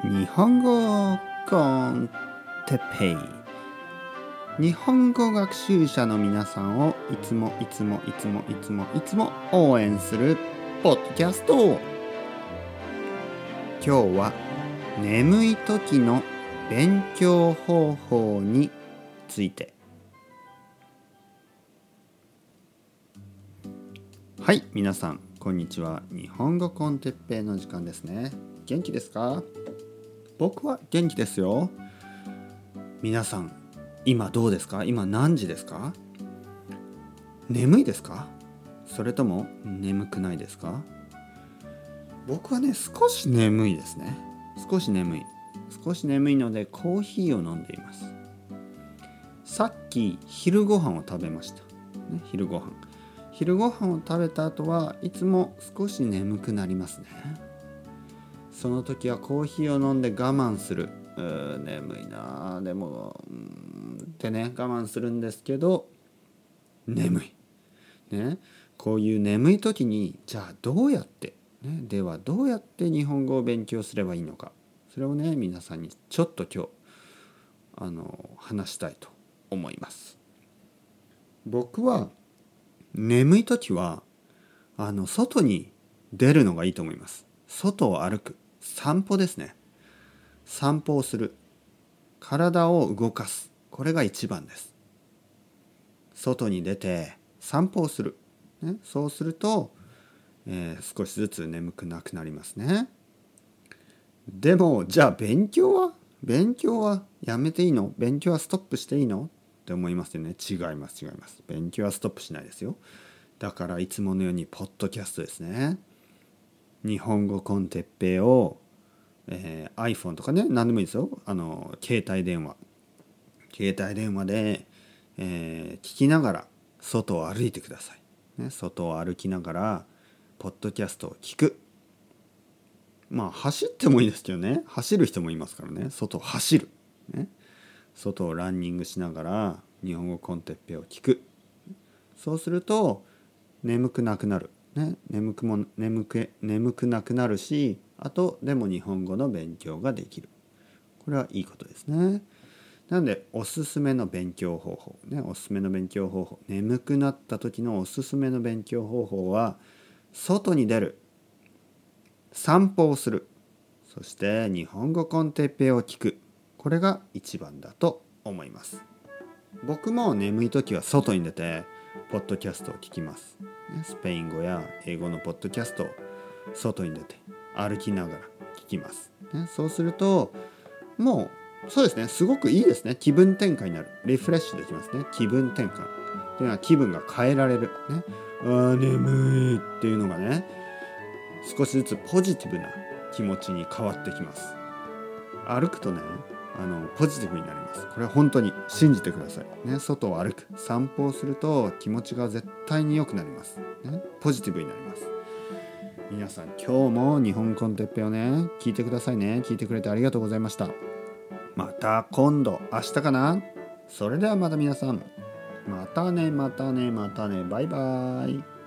日本語コンテッペイ。日本語学習者の皆さんをいつも応援するポッドキャスト。今日は眠い時の勉強方法について。はい、皆さんこんにちは。日本語コンテッペイの時間ですね。元気ですか？僕は元気ですよ。皆さん今どうですか？今何時ですか？眠いですか？それとも眠くないですか？僕はね、少し眠いですね。少し眠いのでコーヒーを飲んでいます。さっき昼ご飯を食べました、昼ご飯を食べた後はいつも少し眠くなりますね。その時はコーヒーを飲んで我慢する。眠いな、でもってね、我慢するんですけど眠いね。こういう眠い時にじゃあどうやって、ではどうやって日本語を勉強すればいいのか、それをね皆さんにちょっと今日話したいと思います。僕は眠い時は外に出るのがいいと思います。外を歩く、散歩ですね。散歩をする、体を動かす、これが一番です。外に出て散歩をする、そうすると、少しずつ眠くなくなりますね。でもじゃあ勉強はやめていいの？勉強はストップしていいのって思いますよね。違います。勉強はストップしないですよ。だからいつものようにポッドキャストですね。日本語コンテッペイを、iPhone とかね、何でもいいですよ。携帯電話で、聞きながら外を歩いてください、外を歩きながらポッドキャストを聞く。走ってもいいですけどね、走る人もいますからね。外を走る、外をランニングしながら日本語コンテッペイを聞く。そうすると眠くなくなる、眠くなくなるし、あとでも日本語の勉強ができる。これはいいことですね。なのでおすすめの勉強方法、眠くなった時のおすすめの勉強方法は、外に出る、散歩をする、そして日本語コンテッペイを聞く。これが一番だと思います。僕も眠い時は外に出てポッドキャストを聞きます。スペイン語や英語のポッドキャストを外に出て歩きながら聞きます。そうするともうそうですね、すごくいいですね。気分転換になる。リフレッシュできますね。気分転換っていうのは気分が変えられる。眠いっていうのがね、少しずつポジティブな気持ちに変わってきます。歩くとね、ポジティブになります。これは本当に信じてください。外を歩く、散歩をすると気持ちが絶対に良くなります。ポジティブになります。皆さん今日も日本コンテッペイをね、聞いてくださいね。聞いてくれてありがとうございました。また今度、明日かな。それではまた皆さん、またね、バイバイ。